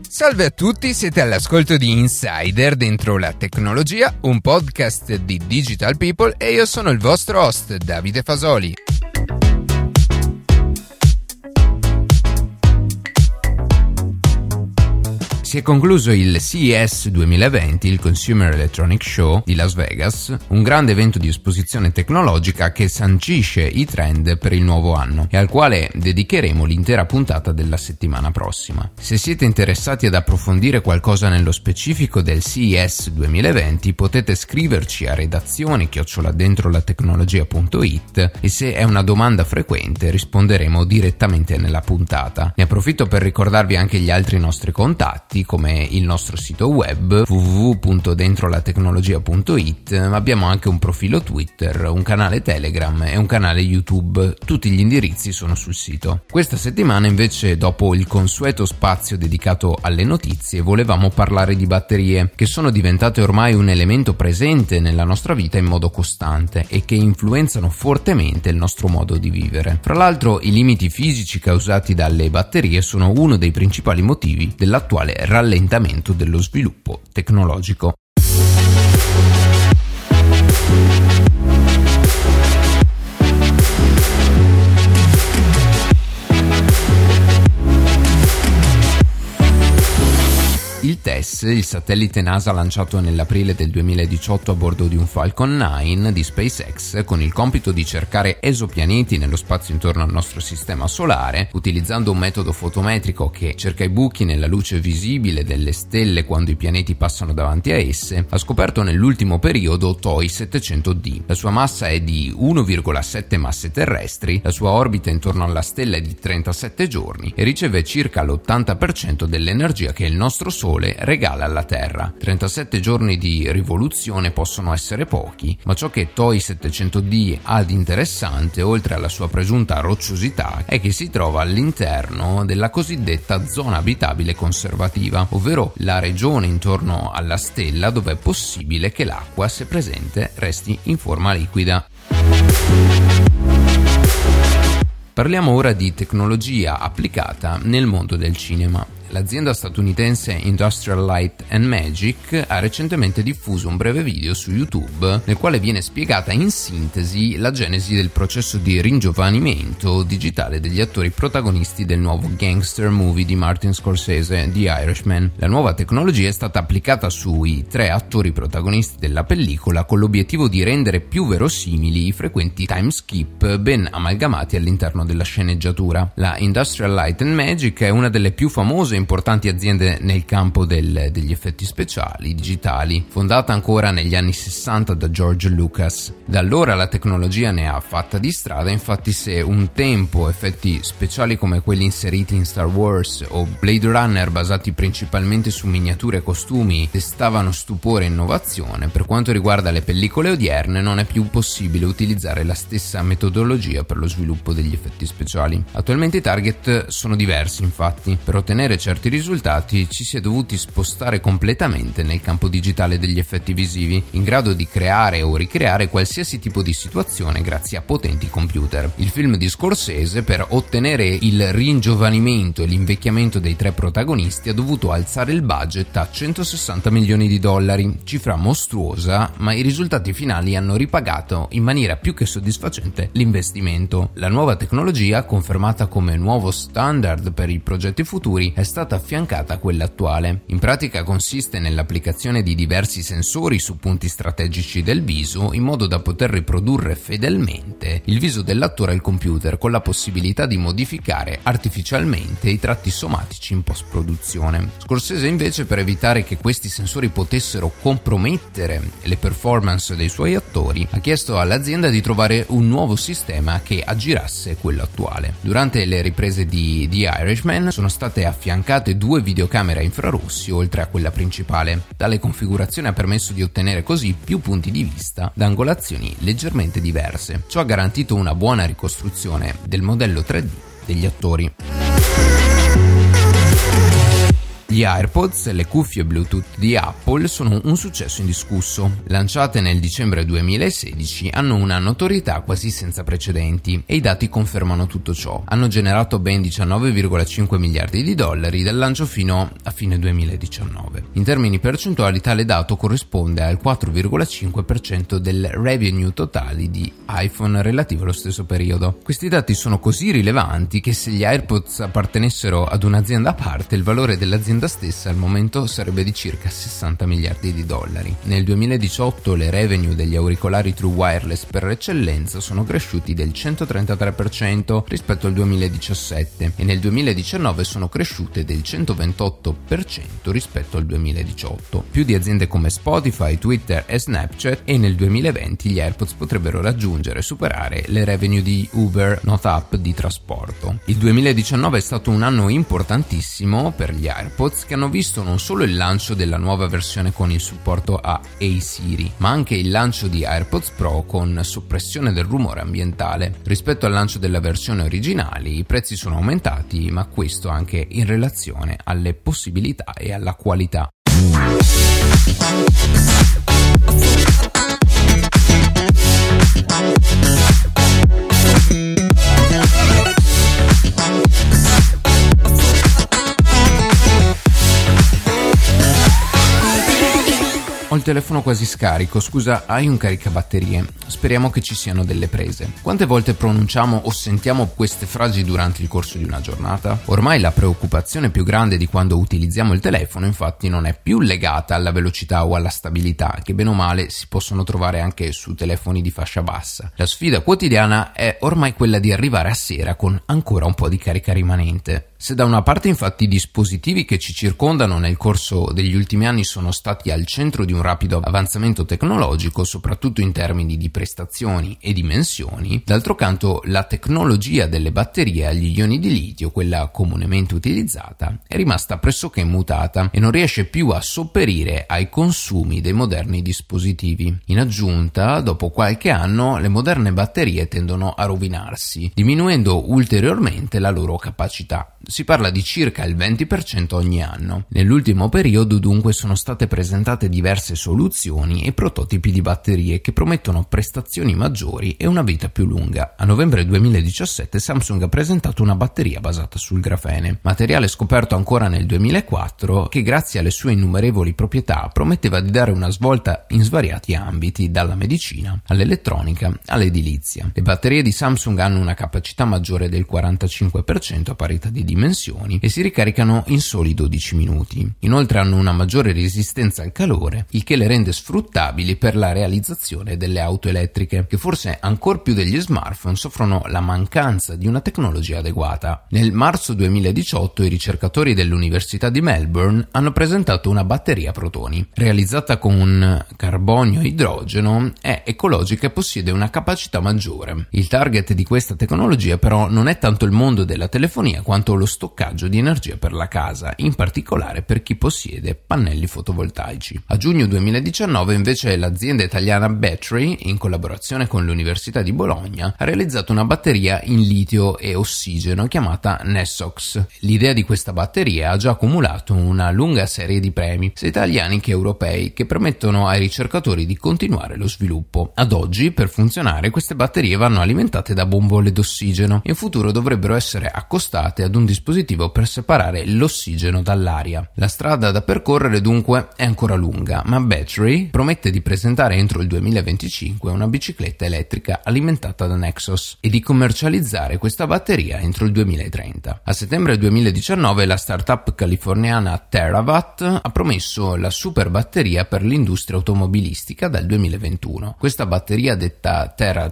Salve a tutti, siete all'ascolto di Insider dentro la tecnologia, un podcast di Digital People e io sono il vostro host Davide Fasoli. Si è concluso il CES 2020, il Consumer Electronics Show di Las Vegas, un grande evento di esposizione tecnologica che sancisce i trend per il nuovo anno e al quale dedicheremo l'intera puntata della settimana prossima. Se siete interessati ad approfondire qualcosa nello specifico del CES 2020 potete scriverci a redazione@dentrolatecnologia.it e se è una domanda frequente risponderemo direttamente nella puntata. Ne approfitto per ricordarvi anche gli altri nostri contatti, come il nostro sito web www.dentrolatecnologia.it, ma abbiamo anche un profilo Twitter, un canale Telegram e un canale YouTube. Tutti gli indirizzi sono sul sito. Questa settimana invece, dopo il consueto spazio dedicato alle notizie, volevamo parlare di batterie, che sono diventate ormai un elemento presente nella nostra vita in modo costante e che influenzano fortemente il nostro modo di vivere. Fra l'altro, i limiti fisici causati dalle batterie sono uno dei principali motivi dell'attuale rallentamento dello sviluppo tecnologico. Il TESS, il satellite NASA lanciato nell'aprile del 2018 a bordo di un Falcon 9 di SpaceX, con il compito di cercare esopianeti nello spazio intorno al nostro sistema solare, utilizzando un metodo fotometrico che cerca i buchi nella luce visibile delle stelle quando i pianeti passano davanti a esse, ha scoperto nell'ultimo periodo TOI 700D. La sua massa è di 1,7 masse terrestri, la sua orbita intorno alla stella è di 37 giorni e riceve circa l'80% dell'energia che il nostro Sole regala alla Terra. 37 giorni di rivoluzione possono essere pochi, ma ciò che TOI 700D ha di interessante, oltre alla sua presunta rocciosità, è che si trova all'interno della cosiddetta zona abitabile conservativa, ovvero la regione intorno alla stella dove è possibile che l'acqua, se presente, resti in forma liquida. Parliamo ora di tecnologia applicata nel mondo del cinema. L'azienda statunitense Industrial Light and Magic ha recentemente diffuso un breve video su YouTube nel quale viene spiegata in sintesi la genesi del processo di ringiovanimento digitale degli attori protagonisti del nuovo gangster movie di Martin Scorsese, The Irishman. La nuova tecnologia è stata applicata sui 3 attori protagonisti della pellicola con l'obiettivo di rendere più verosimili i frequenti time skip ben amalgamati all'interno della sceneggiatura. La Industrial Light and Magic è una delle più famose importanti aziende nel campo degli effetti speciali digitali, fondata ancora negli anni 60 da George Lucas. Da allora la tecnologia ne ha fatta di strada, infatti se un tempo effetti speciali come quelli inseriti in Star Wars o Blade Runner basati principalmente su miniature e costumi destavano stupore e innovazione, per quanto riguarda le pellicole odierne non è più possibile utilizzare la stessa metodologia per lo sviluppo degli effetti speciali. Attualmente i target sono diversi, infatti. Per ottenere certi risultati ci si è dovuti spostare completamente nel campo digitale degli effetti visivi, in grado di creare o ricreare qualsiasi tipo di situazione grazie a potenti computer. Il film di Scorsese, per ottenere il ringiovanimento e l'invecchiamento dei 3 protagonisti, ha dovuto alzare il budget a $160 milioni, cifra mostruosa, ma i risultati finali hanno ripagato in maniera più che soddisfacente l'investimento. La nuova tecnologia, confermata come nuovo standard per i progetti futuri, è stata affiancata a quella attuale. In pratica consiste nell'applicazione di diversi sensori su punti strategici del viso in modo da poter riprodurre fedelmente il viso dell'attore al computer, con la possibilità di modificare artificialmente i tratti somatici in post-produzione. Scorsese invece, per evitare che questi sensori potessero compromettere le performance dei suoi attori, ha chiesto all'azienda di trovare un nuovo sistema che aggirasse quello attuale. Durante le riprese di The Irishman sono state affiancate 2 videocamere a infrarossi oltre a quella principale. Tale configurazione ha permesso di ottenere così più punti di vista da angolazioni leggermente diverse. Ciò ha garantito una buona ricostruzione del modello 3D degli attori. Gli Gli AirPods, le cuffie Bluetooth di Apple, sono un successo indiscusso. Lanciate nel dicembre 2016, hanno una notorietà quasi senza precedenti e i dati confermano tutto ciò. Hanno generato ben 19,5 miliardi di dollari dal lancio fino a fine 2019. In termini percentuali tale dato corrisponde al 4,5% del revenue totale di iPhone relativo allo stesso periodo. Questi dati sono così rilevanti che se gli AirPods appartenessero ad un'azienda a parte, il valore dell'azienda stessa al momento sarebbe di circa 60 miliardi di dollari. Nel 2018 le revenue degli auricolari True Wireless per eccellenza sono cresciuti del 133% rispetto al 2017 e nel 2019 sono cresciute del 128% rispetto al 2018. Più di aziende come Spotify, Twitter e Snapchat, e nel 2020 gli AirPods potrebbero raggiungere e superare le revenue di Uber, nota app di trasporto. Il 2019 è stato un anno importantissimo per gli AirPods, che hanno visto non solo il lancio della nuova versione con il supporto a Hey Siri, ma anche il lancio di AirPods Pro con soppressione del rumore ambientale. Rispetto al lancio della versione originale, i prezzi sono aumentati, ma questo anche in relazione alle possibilità e alla qualità. Ho il telefono quasi scarico, scusa, hai un caricabatterie? Speriamo che ci siano delle prese. Quante volte pronunciamo o sentiamo queste frasi durante il corso di una giornata? Ormai la preoccupazione più grande di quando utilizziamo il telefono infatti non è più legata alla velocità o alla stabilità, che bene o male si possono trovare anche su telefoni di fascia bassa. La sfida quotidiana è ormai quella di arrivare a sera con ancora un po' di carica rimanente. Se da una parte infatti i dispositivi che ci circondano nel corso degli ultimi anni sono stati al centro di un rapido avanzamento tecnologico, soprattutto in termini di prestazioni e dimensioni, d'altro canto la tecnologia delle batterie agli ioni di litio, quella comunemente utilizzata, è rimasta pressoché immutata e non riesce più a sopperire ai consumi dei moderni dispositivi. In aggiunta, dopo qualche anno, le moderne batterie tendono a rovinarsi, diminuendo ulteriormente la loro capacità. Si parla di circa il 20% ogni anno. Nell'ultimo periodo dunque sono state presentate diverse soluzioni e prototipi di batterie che promettono prestazioni maggiori e una vita più lunga. A novembre 2017 Samsung ha presentato una batteria basata sul grafene, materiale scoperto ancora nel 2004 che grazie alle sue innumerevoli proprietà prometteva di dare una svolta in svariati ambiti, dalla medicina all'elettronica all'edilizia. Le batterie di Samsung hanno una capacità maggiore del 45% a parità di dimensioni e si ricaricano in soli 12 minuti. Inoltre hanno una maggiore resistenza al calore, il che le rende sfruttabili per la realizzazione delle auto elettriche, che forse ancor più degli smartphone soffrono la mancanza di una tecnologia adeguata. Nel marzo 2018 i ricercatori dell'Università di Melbourne hanno presentato una batteria a protoni. Realizzata con carbonio e idrogeno, è ecologica e possiede una capacità maggiore. Il target di questa tecnologia però non è tanto il mondo della telefonia quanto lo stoccaggio di energia per la casa, in particolare per chi possiede pannelli fotovoltaici. A giugno 2019 invece l'azienda italiana Battery, in collaborazione con l'Università di Bologna, ha realizzato una batteria in litio e ossigeno chiamata Nessox. L'idea di questa batteria ha già accumulato una lunga serie di premi, sia italiani che europei, che permettono ai ricercatori di continuare lo sviluppo. Ad oggi, per funzionare, queste batterie vanno alimentate da bombole d'ossigeno e in futuro dovrebbero essere accostate ad un dispositivo per separare l'ossigeno dall'aria. La strada da percorrere dunque è ancora lunga, ma Battery promette di presentare entro il 2025 una bicicletta elettrica alimentata da Nexos e di commercializzare questa batteria entro il 2030. A settembre 2019 la startup californiana Terawatt ha promesso la super batteria per l'industria automobilistica dal 2021. Questa batteria, detta Terra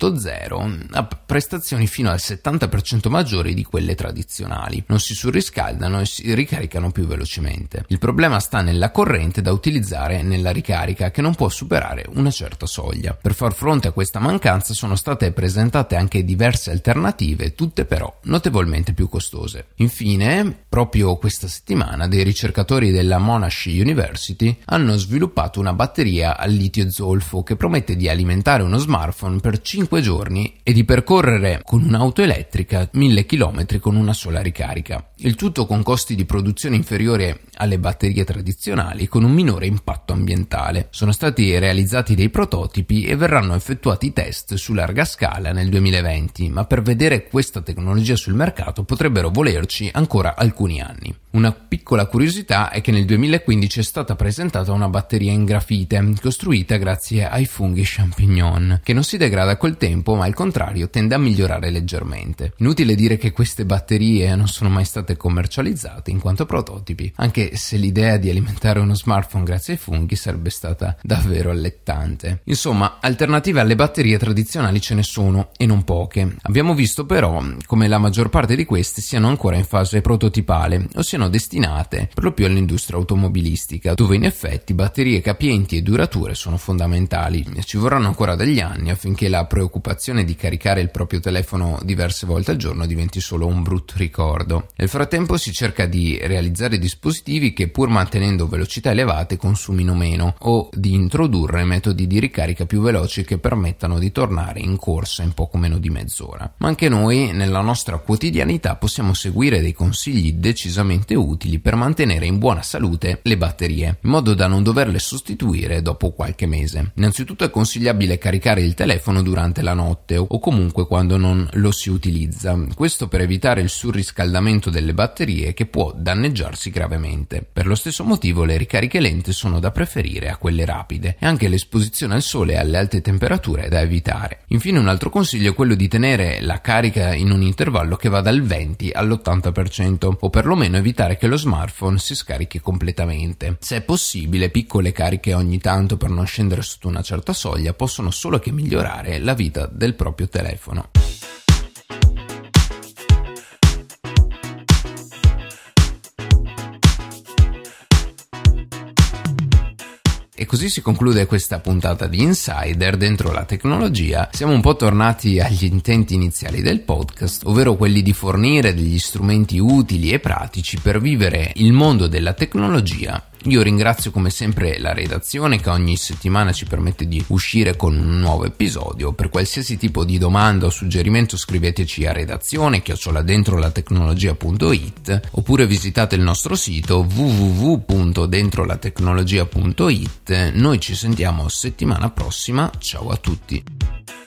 3.0, ha prestazioni fino al 70% maggiori di quelle tradizionali, non si surriscaldano e si ricaricano più velocemente. Il problema sta nella corrente da utilizzare nella ricarica, che non può superare una certa soglia. Per far fronte a questa mancanza sono state presentate anche diverse alternative, tutte però notevolmente più costose. Infine, proprio questa settimana, dei ricercatori della Monash University hanno sviluppato una batteria al litio zolfo che promette di alimentare uno smartphone per 5 giorni e di percorrere con un'auto elettrica 1000 km con una sola ricarica. Il tutto con costi di produzione inferiori alle batterie tradizionali con un minore impatto ambientale. Sono stati realizzati dei prototipi e verranno effettuati test su larga scala nel 2020, ma per vedere questa tecnologia sul mercato potrebbero volerci ancora alcuni anni. Una piccola curiosità è che nel 2015 è stata presentata una batteria in grafite costruita grazie ai funghi champignon, che non si degrada col tempo ma al contrario tende a migliorare leggermente. Inutile dire che queste batterie non sono mai state commercializzate in quanto prototipi, anche se l'idea di alimentare uno smartphone grazie ai funghi sarebbe stata davvero allettante. Insomma, alternative alle batterie tradizionali ce ne sono e non poche. Abbiamo visto però come la maggior parte di queste siano ancora in fase prototipale o siano destinate per lo più all'industria automobilistica, dove in effetti batterie capienti e durature sono fondamentali. Ci vorranno ancora degli anni affinché la preoccupazione di caricare il proprio telefono diverse volte al giorno diventi solo un brutto ricordo. Nel frattempo si cerca di realizzare dispositivi che, pur mantenendo velocità elevate, consumino meno, o di introdurre metodi di ricarica più veloci che permettano di tornare in corsa in poco meno di mezz'ora. Ma anche noi nella nostra quotidianità possiamo seguire dei consigli decisamente utili per mantenere in buona salute le batterie, in modo da non doverle sostituire dopo qualche mese. Innanzitutto è consigliabile caricare il telefono durante la notte o comunque quando non lo si utilizza, questo per evitare il surriscaldamento delle batterie che può danneggiarsi gravemente. Per lo stesso motivo le ricariche lente sono da preferire a quelle rapide e anche l'esposizione al sole e alle alte temperature è da evitare. Infine un altro consiglio è quello di tenere la carica in un intervallo che va dal 20 all'80% o perlomeno evitare che lo smartphone si scarichi completamente. Se è possibile, piccole cariche ogni tanto per non scendere sotto una certa soglia possono solo che migliorare la vita del proprio telefono. E così si conclude questa puntata di Insider dentro la tecnologia. Siamo un po' tornati agli intenti iniziali del podcast, ovvero quelli di fornire degli strumenti utili e pratici per vivere il mondo della tecnologia. Io ringrazio come sempre la redazione che ogni settimana ci permette di uscire con un nuovo episodio. Per qualsiasi tipo di domanda o suggerimento scriveteci a redazione@dentrolatecnologia.it oppure visitate il nostro sito www.dentrolatecnologia.it. Noi ci sentiamo settimana prossima, ciao a tutti.